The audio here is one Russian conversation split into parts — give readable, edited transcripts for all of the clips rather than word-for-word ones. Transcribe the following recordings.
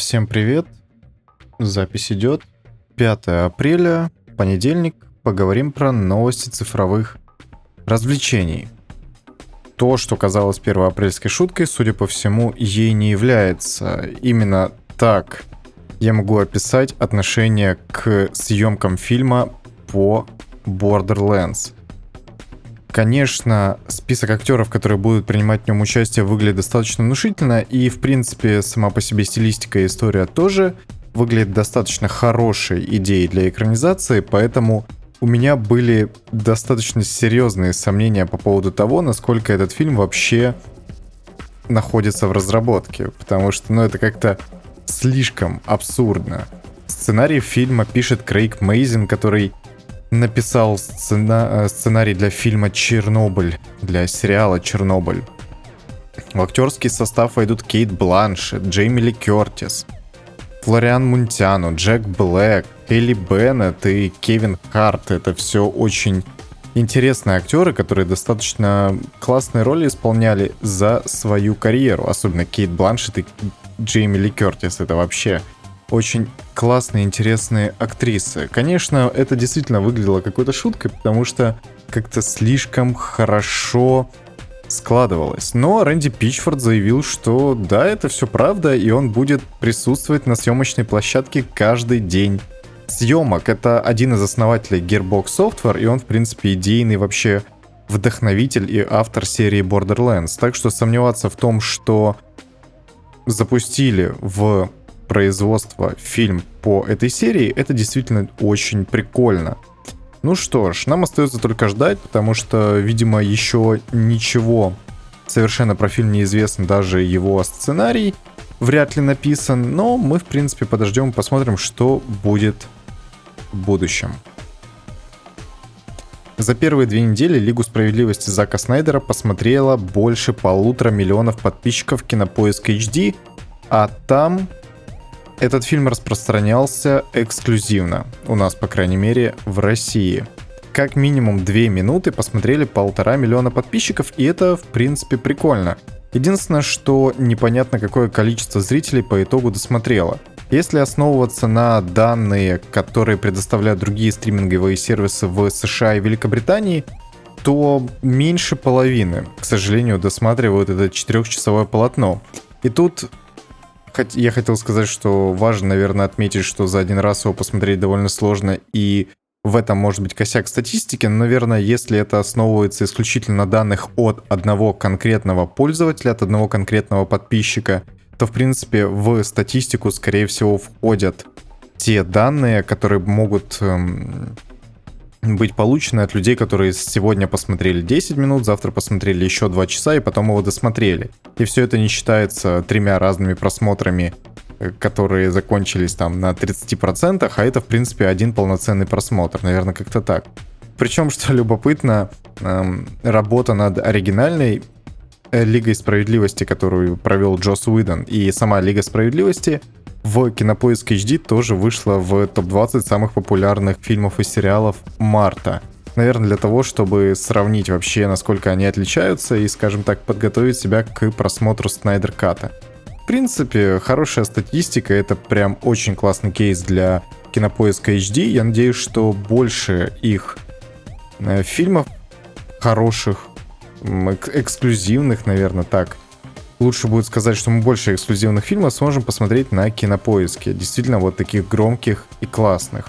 Всем привет, запись идет. 5 апреля, понедельник, поговорим про новости цифровых развлечений. То, что казалось первоапрельской шуткой, судя по всему, ей не является. Именно так я могу описать отношение к съемкам фильма по Borderlands. Конечно, список актеров, которые будут принимать в нем участие, выглядит достаточно внушительно, и, в принципе, сама по себе стилистика и история тоже выглядит достаточно хорошей идеей для экранизации, поэтому у меня были достаточно серьезные сомнения по поводу того, насколько этот фильм вообще находится в разработке, потому что, это как-то слишком абсурдно. Сценарий фильма пишет Крейг Мейзин, который написал сценарий для фильма «Чернобыль», для сериала «Чернобыль». В актерский состав войдут Кейт Бланшетт, Джейми Ли Кертис, Флориан Мунтиану, Джек Блэк, Келли Беннет и Кевин Харт. Это все очень интересные актеры, которые достаточно классные роли исполняли за свою карьеру. Особенно Кейт Бланшетт и Джейми Ли Кертис. Это вообще очень классные, интересные актрисы. Конечно, это действительно выглядело какой-то шуткой, потому что как-то слишком хорошо складывалось. Но Рэнди Пичфорд заявил, что да, это все правда, и он будет присутствовать на съемочной площадке каждый день съемок. Это один из основателей Gearbox Software, и он, в принципе, идейный вообще вдохновитель и автор серии Borderlands. Так что сомневаться в том, что запустили в производство фильм по этой серии, это действительно очень прикольно. Ну что ж, нам остается только ждать, потому что, видимо, еще ничего совершенно про фильм не известно, даже его сценарий вряд ли написан, но мы, в принципе, подождем и посмотрим, что будет в будущем. За первые 2 недели Лигу справедливости Зака Снайдера посмотрело больше 1,5 миллиона подписчиков Кинопоиск HD, а там этот фильм распространялся эксклюзивно, у нас, по крайней мере, в России. Как минимум 2 минуты посмотрели 1,5 миллиона подписчиков, и это, в принципе, прикольно. Единственное, что непонятно, какое количество зрителей по итогу досмотрело. Если основываться на данные, которые предоставляют другие стриминговые сервисы в США и Великобритании, то меньше половины, к сожалению, досматривают это 4-часовое полотно. И тут я хотел сказать, что важно, наверное, отметить, что за один раз его посмотреть довольно сложно, и в этом может быть косяк статистики, но, наверное, если это основывается исключительно на данных от одного конкретного пользователя, от одного конкретного подписчика, то, в принципе, в статистику, скорее всего, входят те данные, которые могут быть получены от людей, которые сегодня посмотрели 10 минут, завтра посмотрели еще 2 часа и потом его досмотрели. И все это не считается 3 разными просмотрами, которые закончились там на 30%, а это, в принципе, один полноценный просмотр, наверное, как-то так. Причем, что любопытно, работа над оригинальной Лигой справедливости, которую провел Джосс Уидон, и сама Лига справедливости в Кинопоиск HD тоже вышла в топ-20 самых популярных фильмов и сериалов марта. Наверное, для того, чтобы сравнить вообще, насколько они отличаются, и, скажем так, подготовить себя к просмотру Снайдер Ката. В принципе, хорошая статистика, это прям очень классный кейс для Кинопоиска HD. Я надеюсь, что больше их фильмов хороших, эксклюзивных, наверное, так. Лучше будет сказать, что мы больше эксклюзивных фильмов сможем посмотреть на Кинопоиске. Действительно, вот таких громких и классных.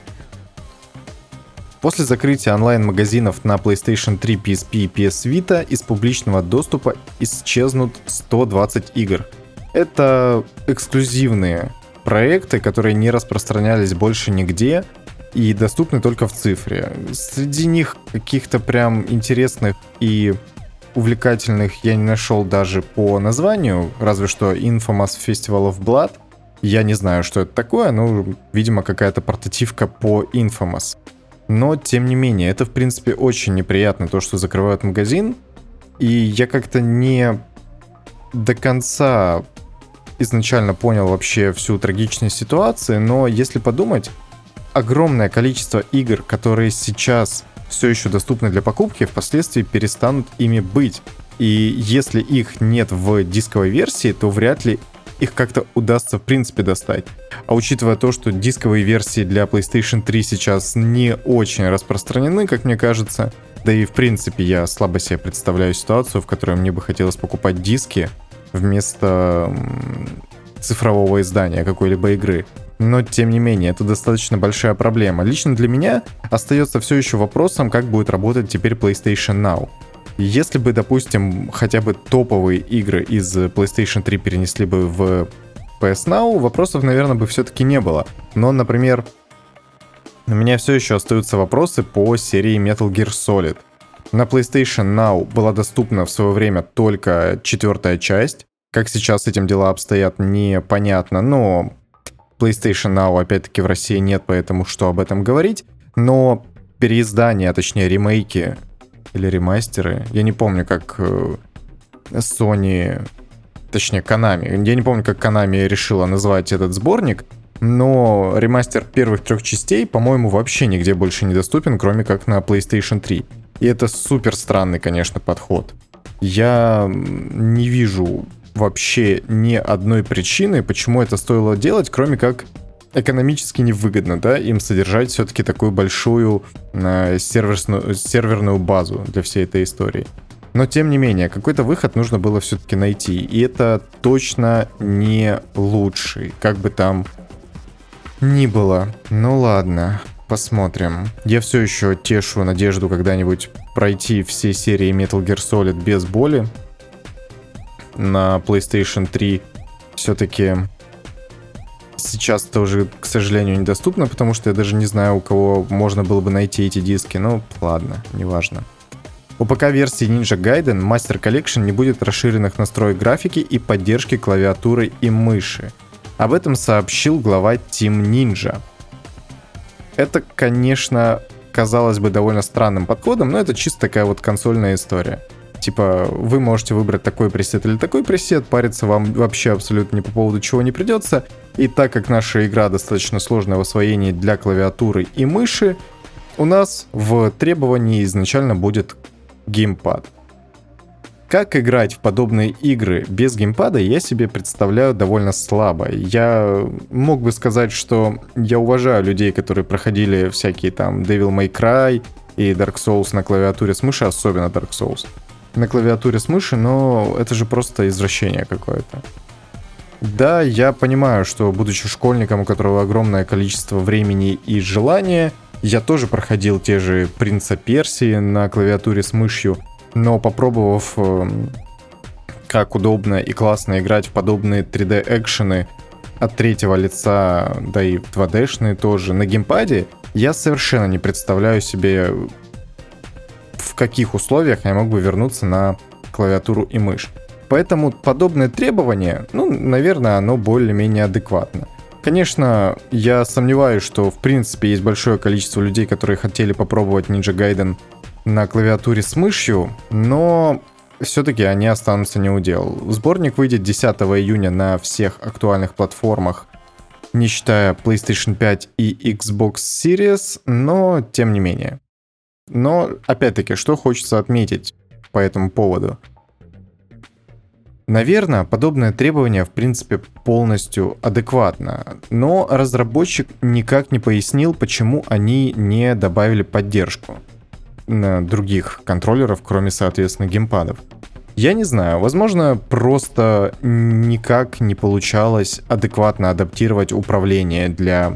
После закрытия онлайн-магазинов на PlayStation 3, PSP и PS Vita из публичного доступа исчезнут 120 игр. Это эксклюзивные проекты, которые не распространялись больше нигде и доступны только в цифре. Среди них каких-то прям интересных и увлекательных я не нашел даже по названию, разве что Infamous Festival of Blood. Я не знаю, что это такое, но, видимо, какая-то портативка по Infamous. Но, тем не менее, это, в принципе, очень неприятно, то, что закрывают магазин. И я как-то не до конца изначально понял вообще всю трагичность ситуации, но если подумать, огромное количество игр, которые сейчас все еще доступны для покупки, впоследствии перестанут ими быть. И если их нет в дисковой версии, то вряд ли их как-то удастся в принципе достать. А учитывая то, что дисковые версии для PlayStation 3 сейчас не очень распространены, как мне кажется, да и в принципе я слабо себе представляю ситуацию, в которой мне бы хотелось покупать диски вместо цифрового издания какой-либо игры. Но, тем не менее, это достаточно большая проблема. Лично для меня остается все еще вопросом, как будет работать теперь PlayStation Now. Если бы, допустим, хотя бы топовые игры из PlayStation 3 перенесли бы в PS Now, вопросов, наверное, бы все-таки не было. Но, например, у меня все еще остаются вопросы по серии Metal Gear Solid. На PlayStation Now была доступна в свое время только 4-я часть. Как сейчас с этим дела обстоят, непонятно, но PlayStation Now, опять-таки, в России нет, поэтому что об этом говорить. Но переиздания, а точнее ремейки или ремастеры, я не помню, как Sony, точнее Konami, я не помню, как Konami решила назвать этот сборник, но ремастер первых 3 частей, по-моему, вообще нигде больше не доступен, кроме как на PlayStation 3. И это супер странный, конечно, подход. Я не вижу вообще ни одной причины, почему это стоило делать, кроме как экономически невыгодно, да, им содержать все-таки такую большую серверную базу для всей этой истории. Но, тем не менее, какой-то выход нужно было все-таки найти, и это точно не лучший, как бы там ни было. Ну ладно, посмотрим. Я все еще тешу надежду когда-нибудь пройти все серии Metal Gear Solid без боли. На PlayStation 3 все-таки сейчас это уже, к сожалению, недоступно, потому что я даже не знаю, у кого можно было бы найти эти диски. Ну, ладно, неважно. У ПК-версии Ninja Gaiden Master Collection не будет расширенных настроек графики и поддержки клавиатуры и мыши. Об этом сообщил глава Team Ninja. Это, конечно, казалось бы довольно странным подходом, но это чисто такая вот консольная история. Типа, вы можете выбрать такой пресет или такой пресет, париться вам вообще абсолютно ни по поводу чего не придется. И так как наша игра достаточно сложная в освоении для клавиатуры и мыши, у нас в требовании изначально будет геймпад. Как играть в подобные игры без геймпада, я себе представляю довольно слабо. Я мог бы сказать, что я уважаю людей, которые проходили всякие там Devil May Cry и Dark Souls на клавиатуре с мыши, особенно Dark Souls. На клавиатуре с мыши, но это же просто извращение какое-то. Да, я понимаю, что, будучи школьником, у которого огромное количество времени и желания, я тоже проходил те же Принца Персии на клавиатуре с мышью, но попробовав, как удобно и классно играть в подобные 3D-экшены от третьего лица, да и 2D-шные тоже, на геймпаде, я совершенно не представляю себе, в каких условиях я мог бы вернуться на клавиатуру и мышь. Поэтому подобное требование, наверное, оно более-менее адекватно. Конечно, я сомневаюсь, что в принципе есть большое количество людей, которые хотели попробовать Ninja Gaiden на клавиатуре с мышью, но все-таки они останутся не у дел. Сборник выйдет 10 июня на всех актуальных платформах, не считая PlayStation 5 и Xbox Series, но тем не менее. Но, опять-таки, что хочется отметить по этому поводу? Наверное, подобное требование, в принципе, полностью адекватно, но разработчик никак не пояснил, почему они не добавили поддержку на других контроллеров, кроме, соответственно, геймпадов. Я не знаю, возможно, просто никак не получалось адекватно адаптировать управление для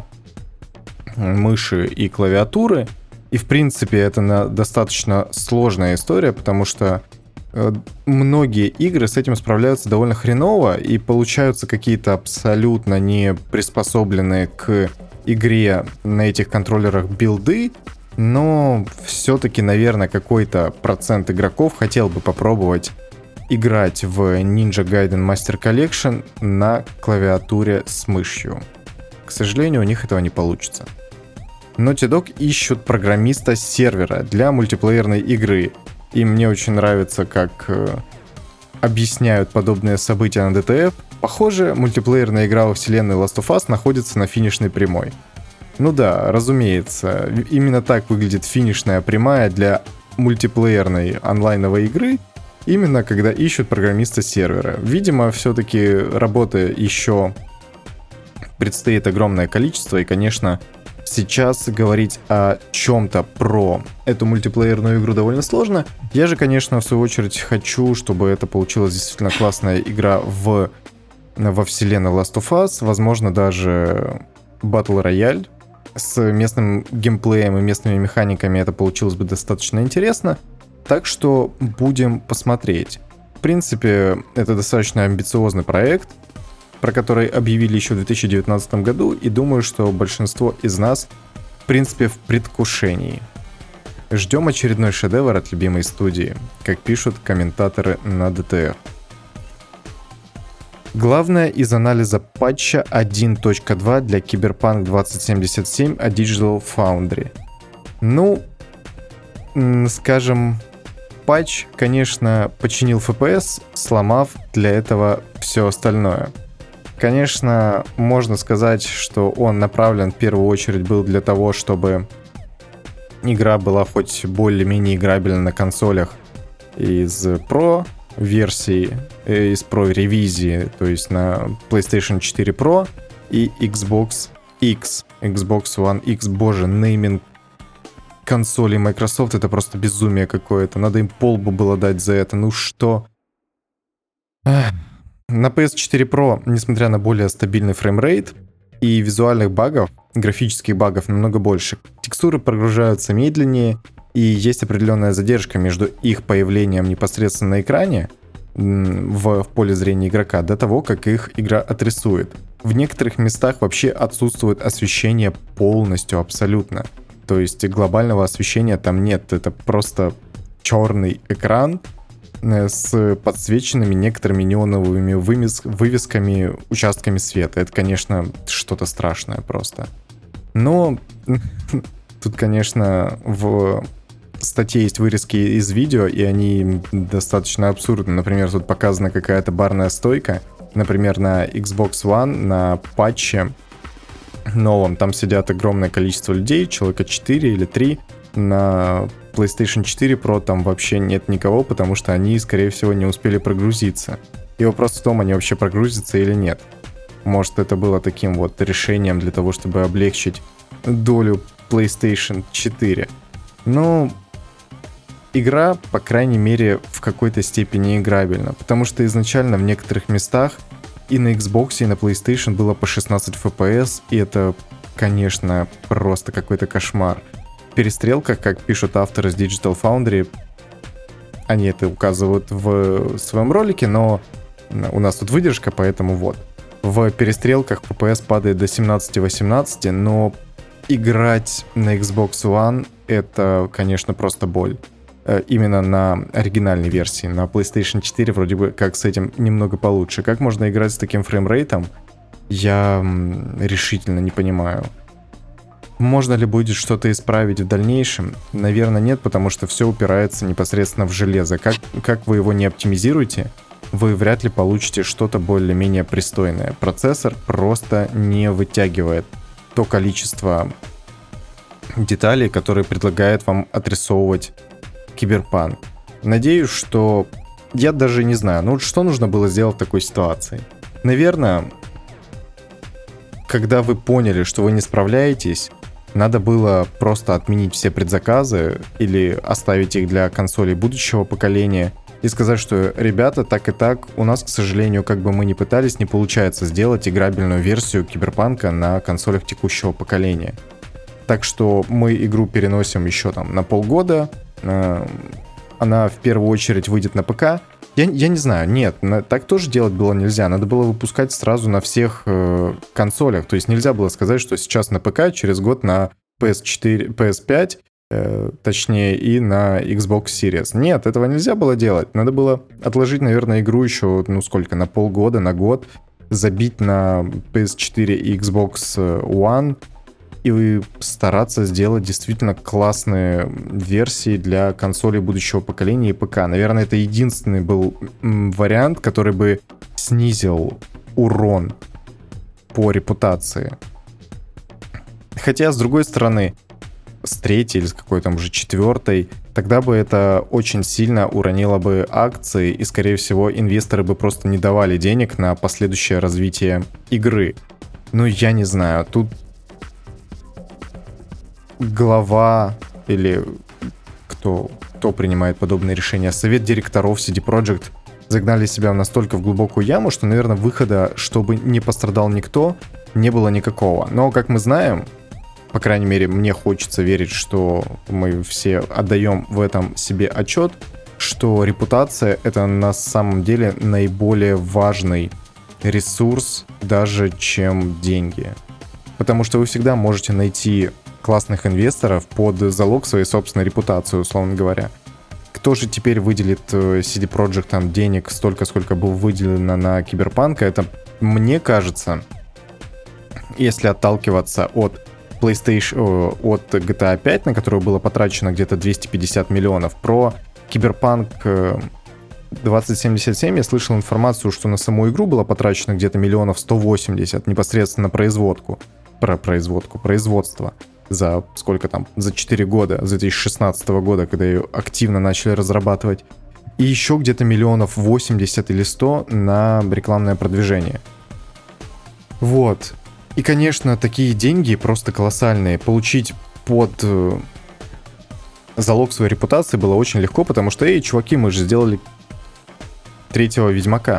мыши и клавиатуры. И, в принципе, это достаточно сложная история, потому что многие игры с этим справляются довольно хреново, и получаются какие-то абсолютно не приспособленные к игре на этих контроллерах билды, но все-таки, наверное, какой-то процент игроков хотел бы попробовать играть в Ninja Gaiden Master Collection на клавиатуре с мышью. К сожалению, у них этого не получится. Naughty Dog ищут программиста сервера для мультиплеерной игры. И мне очень нравится, как объясняют подобные события на DTF. Похоже, мультиплеерная игра во вселенной Last of Us находится на финишной прямой. Ну да, разумеется, именно так выглядит финишная прямая для мультиплеерной онлайновой игры. именно когда ищут программиста сервера. Видимо, все-таки работы еще предстоит огромное количество, и, конечно, сейчас говорить о чем-то про эту мультиплеерную игру довольно сложно. Я же, конечно, в свою очередь хочу, чтобы это получилась действительно классная игра во вселенной Last of Us, возможно, даже Battle Royale. С местным геймплеем и местными механиками это получилось бы достаточно интересно. Так что будем посмотреть. В принципе, это достаточно амбициозный проект, про который объявили еще в 2019 году, и думаю, что большинство из нас, в принципе, в предвкушении. Ждем очередной шедевр от любимой студии, как пишут комментаторы на DTF. Главное из анализа патча 1.2 для Cyberpunk 2077 от Digital Foundry. Ну, скажем, патч, конечно, починил FPS, сломав для этого все остальное. Конечно, можно сказать, что он направлен в первую очередь был для того, чтобы игра была хоть более-менее играбельна на консолях из Pro версии, из Pro ревизии, то есть на PlayStation 4 Pro и Xbox X, Xbox One X. Боже, нейминг консолей Microsoft — это просто безумие какое-то. Надо им полбу было дать за это. Ну что? На PS4 Pro, несмотря на более стабильный фреймрейт и визуальных багов, графических багов намного больше, текстуры прогружаются медленнее, и есть определенная задержка между их появлением непосредственно на экране в поле зрения игрока до того, как их игра отрисует. В некоторых местах вообще отсутствует освещение полностью, абсолютно. То есть глобального освещения там нет, это просто черный экран с подсвеченными некоторыми неоновыми вывесками, участками света. Это, конечно, что-то страшное просто. Но тут, конечно, в статье есть вырезки из видео, и они достаточно абсурдны. Например, тут показана какая-то барная стойка. Например, на Xbox One, на патче новом, там сидят огромное количество людей, человека 4 или 3. На PlayStation 4 Pro там вообще нет никого, потому что они, скорее всего, не успели прогрузиться. И вопрос в том, они вообще прогрузятся или нет. Может, это было таким вот решением для того, чтобы облегчить долю PlayStation 4. Но игра, по крайней мере, в какой-то степени играбельна, потому что изначально в некоторых местах и на Xbox, и на PlayStation было по 16 FPS, и это, конечно, просто какой-то кошмар. В перестрелках, как пишут авторы с Digital Foundry, они это указывают в своем ролике, но у нас тут выдержка, поэтому вот. В перестрелках FPS падает до 17-18, но играть на Xbox One — это, конечно, просто боль. Именно на оригинальной версии. На PlayStation 4 вроде бы как с этим немного получше. Как можно играть с таким фреймрейтом, я решительно не понимаю. Можно ли будет что-то исправить в дальнейшем? Наверное, нет, потому что все упирается непосредственно в железо. Как вы его не оптимизируете, вы вряд ли получите что-то более-менее пристойное. Процессор просто не вытягивает то количество деталей, которые предлагает вам отрисовывать Cyberpunk. Надеюсь, что... Я даже не знаю, ну что нужно было сделать в такой ситуации? Наверное, когда вы поняли, что вы не справляетесь, надо было просто отменить все предзаказы или оставить их для консолей будущего поколения и сказать, что, ребята, так и так, у нас, к сожалению, как бы мы ни пытались, не получается сделать играбельную версию Киберпанка на консолях текущего поколения. Так что мы игру переносим еще там на полгода. Она в первую очередь выйдет на ПК. Я не знаю, нет, так тоже делать было нельзя. Надо было выпускать сразу на всех консолях. То есть нельзя было сказать, что сейчас на ПК, через год на PS4, PS5, точнее, и на Xbox Series. Нет, этого нельзя было делать. Надо было отложить, наверное, игру еще, на полгода, на год, забить на PS4 и Xbox One и стараться сделать действительно классные версии для консолей будущего поколения и ПК. Наверное, это единственный был вариант, который бы снизил урон по репутации. Хотя, с другой стороны, с третьей или с какой-то уже четвертой, тогда бы это очень сильно уронило бы акции, и, скорее всего, инвесторы бы просто не давали денег на последующее развитие игры. Ну, я не знаю, тут глава или кто принимает подобные решения, совет директоров CD Projekt загнали себя настолько в глубокую яму, что, наверное, выхода, чтобы не пострадал никто, не было никакого. Но, как мы знаем, по крайней мере, мне хочется верить, что мы все отдаем в этом себе отчет, что репутация — это на самом деле наиболее важный ресурс, даже чем деньги. Потому что вы всегда можете найти классных инвесторов под залог своей собственной репутации, условно говоря. Кто же теперь выделит CD Projekt там денег столько, сколько было выделено на Киберпанка? Это, мне кажется, если отталкиваться от PlayStation, от GTA 5, на которую было потрачено где-то 250 миллионов, про Киберпанк 2077 я слышал информацию, что на саму игру было потрачено где-то миллионов 180 непосредственно на производство. За сколько там? За 4 года, с 2016 года, когда ее активно начали разрабатывать. И еще где-то миллионов 80 или 100 на рекламное продвижение. Вот. И, конечно, такие деньги просто колоссальные. Получить под залог своей репутации было очень легко, потому что, чуваки, мы же сделали 3-го Ведьмака.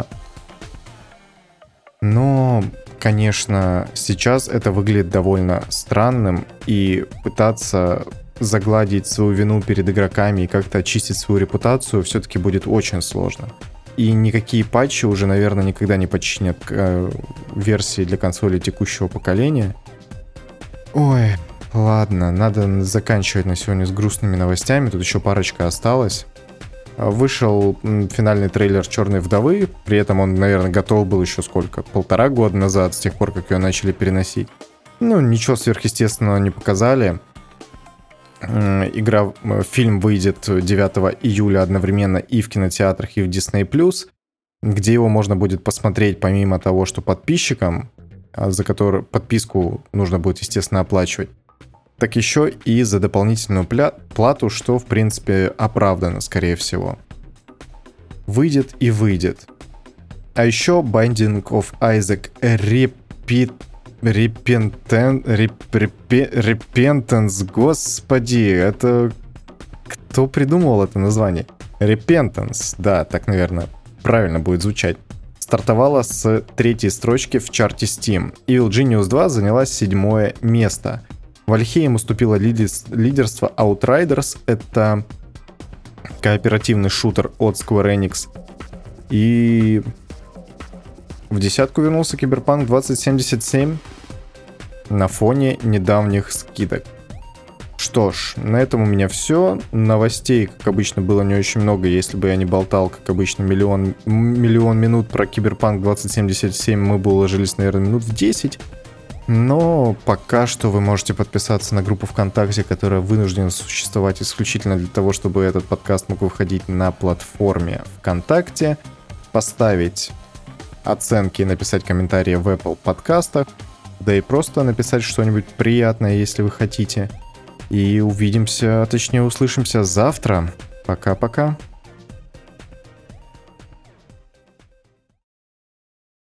Но, конечно, сейчас это выглядит довольно странным, и пытаться загладить свою вину перед игроками и как-то очистить свою репутацию все-таки будет очень сложно. И никакие патчи уже, наверное, никогда не починят версии для консолей текущего поколения. Ой, ладно, надо заканчивать на сегодня с грустными новостями, тут еще парочка осталась. Вышел финальный трейлер «Черной вдовы», при этом он, наверное, готов был еще сколько? 1,5 года назад, с тех пор, как ее начали переносить. Ну, ничего сверхъестественного не показали. Фильм выйдет 9 июля одновременно и в кинотеатрах, и в Disney+, где его можно будет посмотреть помимо того, что подписчикам, за которую подписку нужно будет, естественно, оплачивать, так еще и за дополнительную плату, что, в принципе, оправдано, скорее всего. Выйдет и выйдет. А еще Binding of Isaac Repentance, господи, это... Кто придумал это название? Repentance, да, так, наверное, правильно будет звучать. Стартовала с 3-й строчки в чарте Steam. Evil Genius 2 заняла 7-е место. Valheim уступила лидерство Outriders, это кооперативный шутер от Square Enix. И в десятку вернулся Cyberpunk 2077 на фоне недавних скидок. Что ж, на этом у меня все. Новостей, как обычно, было не очень много. Если бы я не болтал, как обычно, миллион минут про Cyberpunk 2077, мы бы уложились, наверное, минут в 10. Но пока что вы можете подписаться на группу ВКонтакте, которая вынуждена существовать исключительно для того, чтобы этот подкаст мог выходить на платформе ВКонтакте, поставить оценки и написать комментарии в Apple подкастах, да и просто написать что-нибудь приятное, если вы хотите. И увидимся, точнее услышимся завтра. Пока-пока.